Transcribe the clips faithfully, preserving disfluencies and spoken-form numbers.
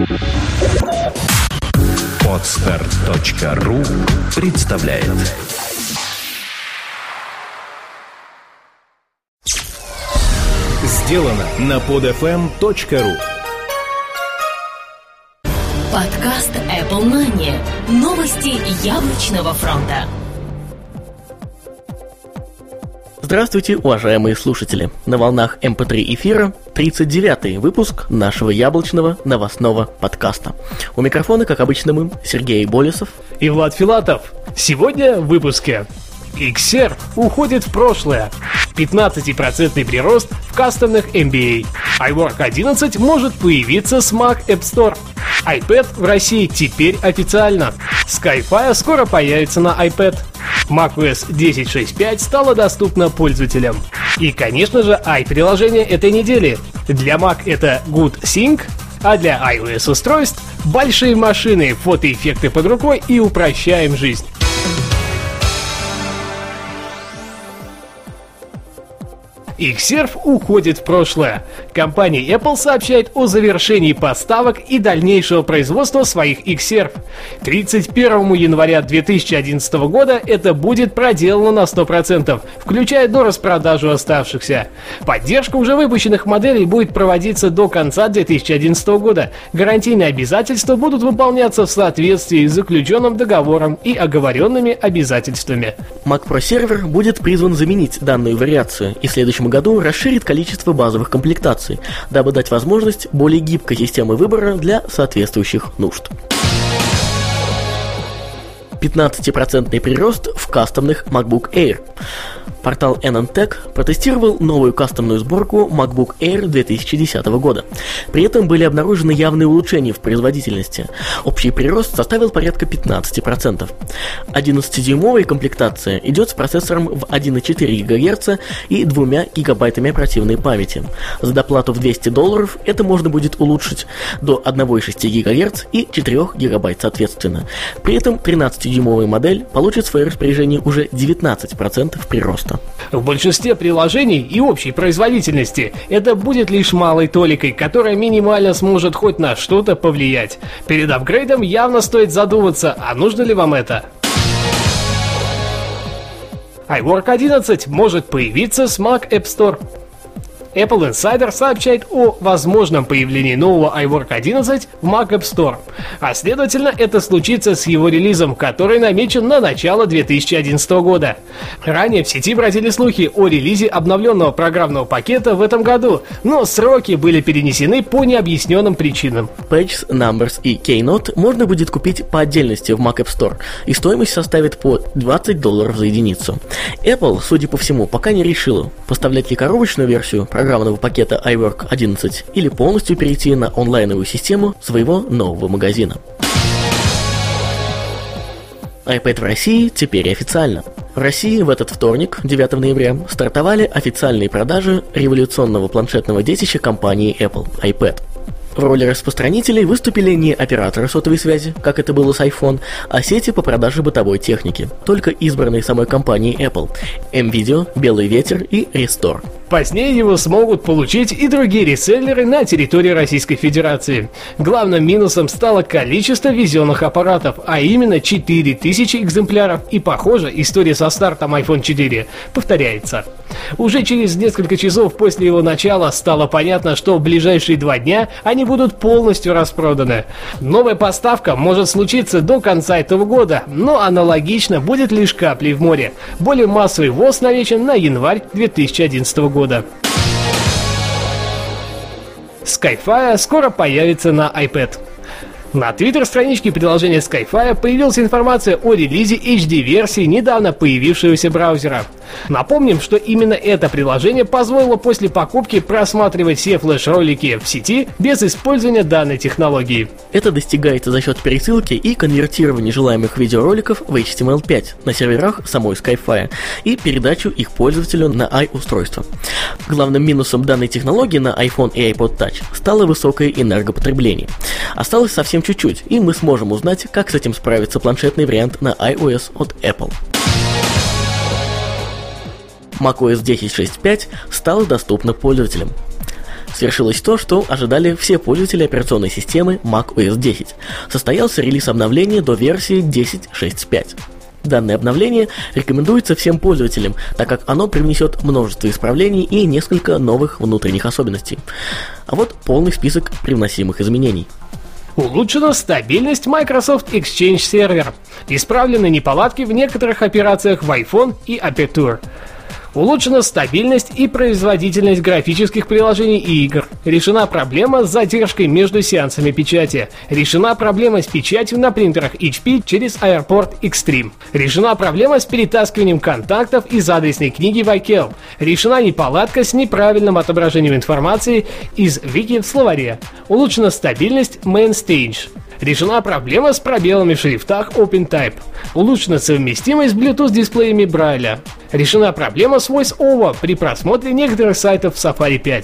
Подстар точка ру представляет. Сделано на подэфэм точка ру. Подкаст Apple Money. Новости яблочного фронта. Здравствуйте, уважаемые слушатели! На волнах эм пэ три эфира тридцать девятый выпуск нашего яблочного новостного подкаста. У микрофона, как обычно, мы, Сергей Болесов и Влад Филатов. Сегодня в выпуске. Xserve уходит в прошлое. пятнадцатипроцентный прирост в кастомных эм би эй. iWork одиннадцать может появиться с Mac App Store. iPad в России теперь официально. Skyfire скоро появится на iPad. macOS десять точка шесть точка пять стала доступна пользователям. И, конечно же, i-приложение этой недели. Для Mac это GoodSync, а для iOS устройств большие машины, фотоэффекты под рукой и упрощаем жизнь. Xserve уходит в прошлое. Компания Apple сообщает о завершении поставок и дальнейшего производства своих Xserve. тридцать первого января две тысячи одиннадцатого года это будет проделано на сто процентов, включая дораспродажу оставшихся. Поддержка уже выпущенных моделей будет проводиться до конца две тысячи одиннадцатого года. Гарантийные обязательства будут выполняться в соответствии с заключенным договором и оговоренными обязательствами. Mac Pro Server будет призван заменить данную вариацию и в следующем году расширит количество базовых комплектаций, дабы дать возможность более гибкой системы выбора для соответствующих нужд. пятнадцатипроцентный прирост в кастомных MacBook Air. Портал эн эн Tech протестировал новую кастомную сборку MacBook Air две тысячи десятого года. При этом были обнаружены явные улучшения в производительности. Общий прирост составил порядка пятнадцать процентов. одиннадцатидюймовая комплектация идет с процессором в один и четыре гигагерца и двумя гигабайтами оперативной памяти. За доплату в двести долларов это можно будет улучшить до один и шесть гигагерца и четыре гигабайта соответственно. При этом тринадцатидюймовая модель получит в свое распоряжение уже девятнадцать процентов прироста. В большинстве приложений и общей производительности это будет лишь малой толикой, которая минимально сможет хоть на что-то повлиять. Перед апгрейдом явно стоит задуматься, а нужно ли вам это? iWork одиннадцать может появиться с Mac App Store. Apple Insider сообщает о возможном появлении нового iWork одиннадцать в Mac App Store, а следовательно это случится с его релизом, который намечен на начало две тысячи одиннадцатого года. Ранее в сети бродили слухи о релизе обновленного программного пакета в этом году, но сроки были перенесены по необъясненным причинам. Pages, Numbers и Keynote можно будет купить по отдельности в Mac App Store, и стоимость составит по двадцать долларов за единицу. Apple, судя по всему, пока не решила, поставлять ли коробочную версию программного пакета iWork одиннадцать или полностью перейти на онлайновую систему своего нового магазина. iPad в России теперь официально. В России в этот вторник, девятого ноября, стартовали официальные продажи революционного планшетного детища компании Apple – iPad. В роли распространителей выступили не операторы сотовой связи, как это было с iPhone, а сети по продаже бытовой техники, только избранные самой компанией Apple – M-Video, Белый ветер и Restore. Позднее его смогут получить и другие реселлеры на территории Российской Федерации. Главным минусом стало количество везенных аппаратов, а именно четыре тысячи экземпляров, и, похоже, история со стартом айфон четыре повторяется. Уже через несколько часов после его начала стало понятно, что в ближайшие два дня они будут полностью распроданы. Новая поставка может случиться до конца этого года, но аналогично будет лишь каплей в море. Более массовый ввоз намечен на январь две тысячи одиннадцатого года. Skyfire скоро появится на iPad. На твиттер-страничке приложения Skyfire появилась информация о релизе эйч ди-версии недавно появившегося браузера. Напомним, что именно это приложение позволило после покупки просматривать все флеш-ролики в сети без использования данной технологии. Это достигается за счет пересылки и конвертирования желаемых видеороликов в эйч ти эм эл пять на серверах самой Skyfire и передачу их пользователю на i-устройство. Главным минусом данной технологии на iPhone и iPod Touch стало высокое энергопотребление. Осталось совсем чуть-чуть, и мы сможем узнать, как с этим справится планшетный вариант на iOS от Apple. macOS десять точка шесть точка пять стала доступна пользователям. Свершилось то, что ожидали все пользователи операционной системы macOS десять. Состоялся релиз обновления до версии десять точка шесть точка пять. Данное обновление рекомендуется всем пользователям, так как оно привнесет множество исправлений и несколько новых внутренних особенностей. А вот полный список привносимых изменений. Улучшена стабильность Microsoft Exchange Server. Исправлены неполадки в некоторых операциях в iPhone и Aperture. Улучшена стабильность и производительность графических приложений и игр. Решена проблема с задержкой между сеансами печати. Решена проблема с печатью на принтерах эйч пи через Airport Extreme. Решена проблема с перетаскиванием контактов из адресной книги в iCal. Решена неполадка с неправильным отображением информации из вики в словаре. Улучшена стабильность MainStage. Решена проблема с пробелами в шрифтах OpenType. Улучшена совместимость с Bluetooth-дисплеями Брайля. Решена проблема с VoiceOver при просмотре некоторых сайтов в Safari пять.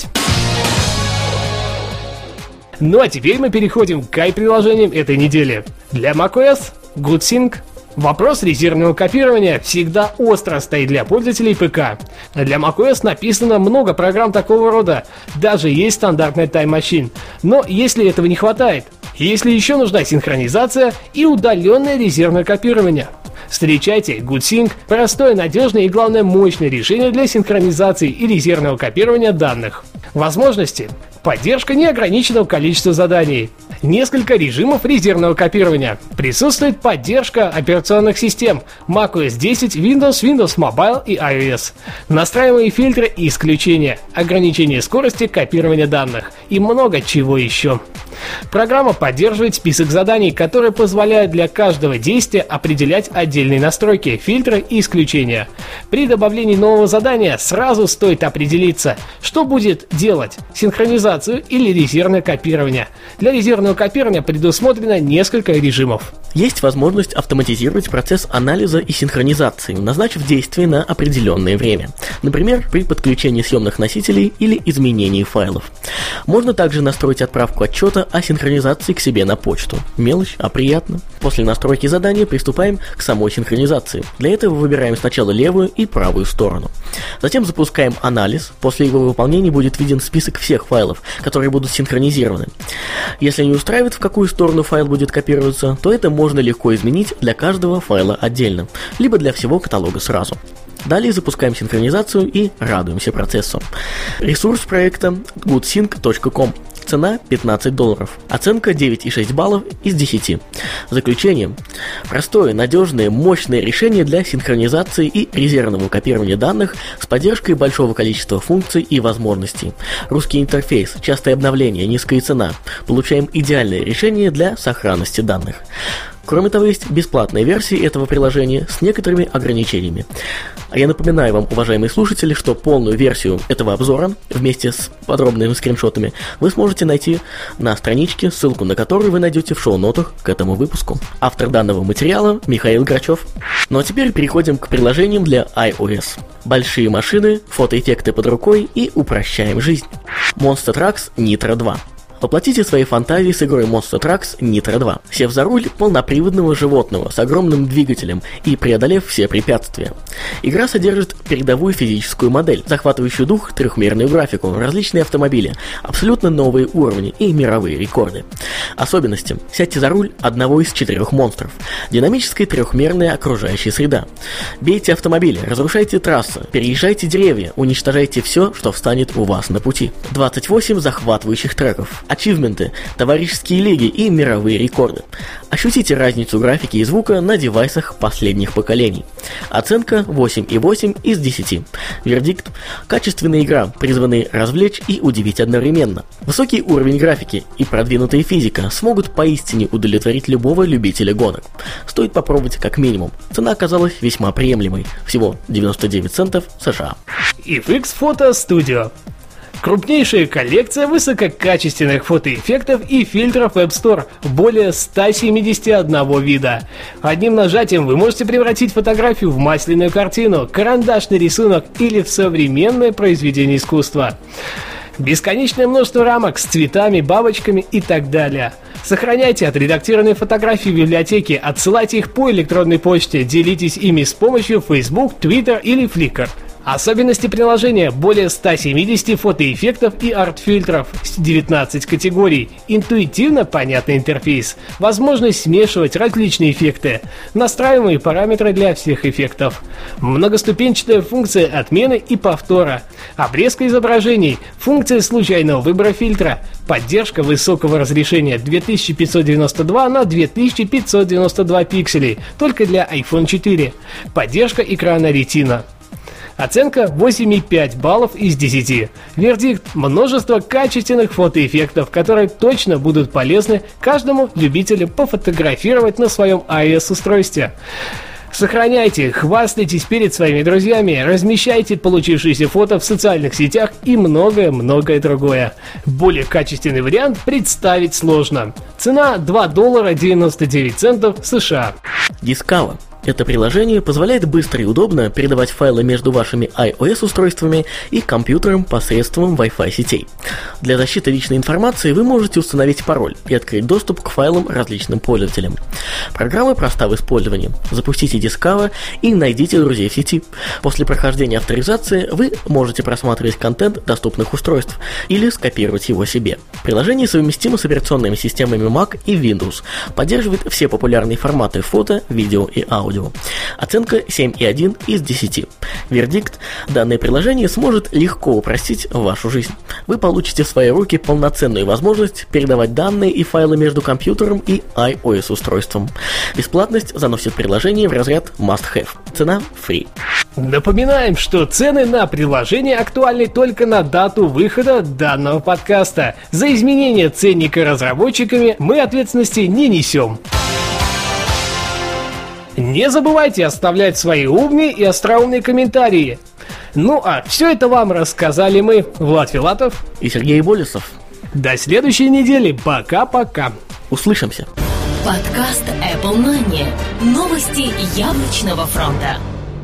Ну а теперь мы переходим к ай-приложениям этой недели. Для macOS GoodSync. Вопрос резервного копирования всегда остро стоит для пользователей ПК. Для macOS написано много программ такого рода, даже есть стандартная Time Machine. Но если этого не хватает, если еще нужна синхронизация и удаленное резервное копирование, встречайте GoodSync – простое, надежное и, главное, мощное решение для синхронизации и резервного копирования данных. Возможности: поддержка неограниченного количества заданий, несколько режимов резервного копирования, присутствует поддержка операционных систем macOS десять, Windows, Windows Mobile и iOS, настраиваемые фильтры и исключения, ограничение скорости копирования данных и много чего еще. Программа поддерживает список заданий, которые позволяют для каждого действия определять отдельные настройки, фильтры и исключения. При добавлении нового задания сразу стоит определиться, что будет делать – синхронизацию или резервное копирование. Для резервного копирования предусмотрено несколько режимов. Есть возможность автоматизировать процесс анализа и синхронизации, назначив действие на определенное время. Например, при подключении съемных носителей или изменении файлов. Можно также настроить отправку отчета о синхронизации к себе на почту. Мелочь, а приятно. После настройки задания приступаем к самой синхронизации. Для этого выбираем сначала левую и правую сторону. Затем запускаем анализ. После его выполнения будет виден список всех файлов, которые будут синхронизированы. Если не устраивает, в какую сторону файл будет копироваться, то это можно легко изменить для каждого файла отдельно, либо для всего каталога сразу. Далее запускаем синхронизацию и радуемся процессу. Ресурс проекта goodsync точка ком. Цена пятнадцать долларов. Оценка девять и шесть баллов из десяти. Заключение. Простое, надежное, мощное решение для синхронизации и резервного копирования данных с поддержкой большого количества функций и возможностей. Русский интерфейс, частое обновление, низкая цена. Получаем идеальное решение для сохранности данных. Кроме того, есть бесплатная версия этого приложения с некоторыми ограничениями. А я напоминаю вам, уважаемые слушатели, что полную версию этого обзора вместе с подробными скриншотами вы сможете найти на страничке, ссылку на которую вы найдете в шоу-нотах к этому выпуску. Автор данного материала Михаил Грачев. Ну а теперь переходим к приложениям для iOS. Большие машины, фотоэффекты под рукой и упрощаем жизнь. Monster Trucks Nitro два. Воплотите свои фантазии с игрой Monster Trucks Nitro два, сев за руль полноприводного животного с огромным двигателем и преодолев все препятствия. Игра содержит передовую физическую модель, захватывающую дух трехмерную графику, различные автомобили, абсолютно новые уровни и мировые рекорды. Особенности: сядьте за руль одного из четырех монстров, динамическая трехмерная окружающая среда. Бейте автомобили, разрушайте трассы, переезжайте деревья, уничтожайте все, что встанет у вас на пути. двадцать восемь захватывающих треков, ачивменты, товарищеские лиги и мировые рекорды. Ощутите разницу графики и звука на девайсах последних поколений. Оценка восемь и восемь из десяти. Вердикт: качественная игра, призванная развлечь и удивить одновременно. Высокий уровень графики и продвинутая физика смогут поистине удовлетворить любого любителя гонок. Стоит попробовать как минимум. Цена оказалась весьма приемлемой. Всего девяносто девять центов США. эф икс Photo Studio. Крупнейшая коллекция высококачественных фотоэффектов и фильтров в App Store, более ста семидесяти одного вида. Одним нажатием вы можете превратить фотографию в масляную картину, карандашный рисунок или в современное произведение искусства. Бесконечное множество рамок с цветами, бабочками и так далее. Сохраняйте отредактированные фотографии в библиотеке, отсылайте их по электронной почте, делитесь ими с помощью Facebook, Twitter или Flickr. Особенности приложения: более ста семидесяти фотоэффектов и арт-фильтров, девятнадцать категорий, интуитивно понятный интерфейс, возможность смешивать различные эффекты, настраиваемые параметры для всех эффектов, многоступенчатая функция отмены и повтора, обрезка изображений, функция случайного выбора фильтра, поддержка высокого разрешения две тысячи пятьсот девяносто два на две тысячи пятьсот девяносто два пикселей только для айфон четыре, поддержка экрана Retina. Оценка восемь и пять баллов из десяти. Вердикт: множество качественных фотоэффектов, которые точно будут полезны каждому любителю пофотографировать на своем iOS-устройстве. Сохраняйте, хвастайтесь перед своими друзьями, размещайте получившиеся фото в социальных сетях и многое-многое другое. Более качественный вариант представить сложно. Цена два доллара девяносто девять центов США. Discover. Это приложение позволяет быстро и удобно передавать файлы между вашими iOS-устройствами и компьютером посредством Wi-Fi сетей. Для защиты личной информации вы можете установить пароль и открыть доступ к файлам различным пользователям. Программа проста в использовании. Запустите Discover и найдите друзей в сети. После прохождения авторизации вы можете просматривать контент доступных устройств или скопировать его себе. Приложение совместимо с операционными системами Mac и Windows, поддерживает все популярные форматы фото, видео и аудио. Оценка семь и один из десяти. Вердикт: данное приложение сможет легко упростить вашу жизнь. Вы получите в свои руки полноценную возможность передавать данные и файлы между компьютером и iOS-устройством. Бесплатность заносит приложение в разряд must-have. Цена free. Напоминаем, что цены на приложение актуальны только на дату выхода данного подкаста. За изменение ценника разработчиками мы ответственности не несем. Не забывайте оставлять свои умные и остроумные комментарии. Ну а все это вам рассказали мы, Влад Филатов и Сергей Болесов. До следующей недели. Пока-пока. Услышимся. Подкаст Apple Money. Новости яблочного фронта.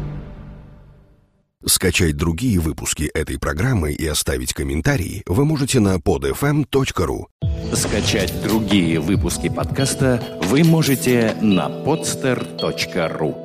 Скачать другие выпуски этой программы и оставить комментарии вы можете на под эф эм точка ру. Скачать другие выпуски подкаста вы можете на подстер точка ру.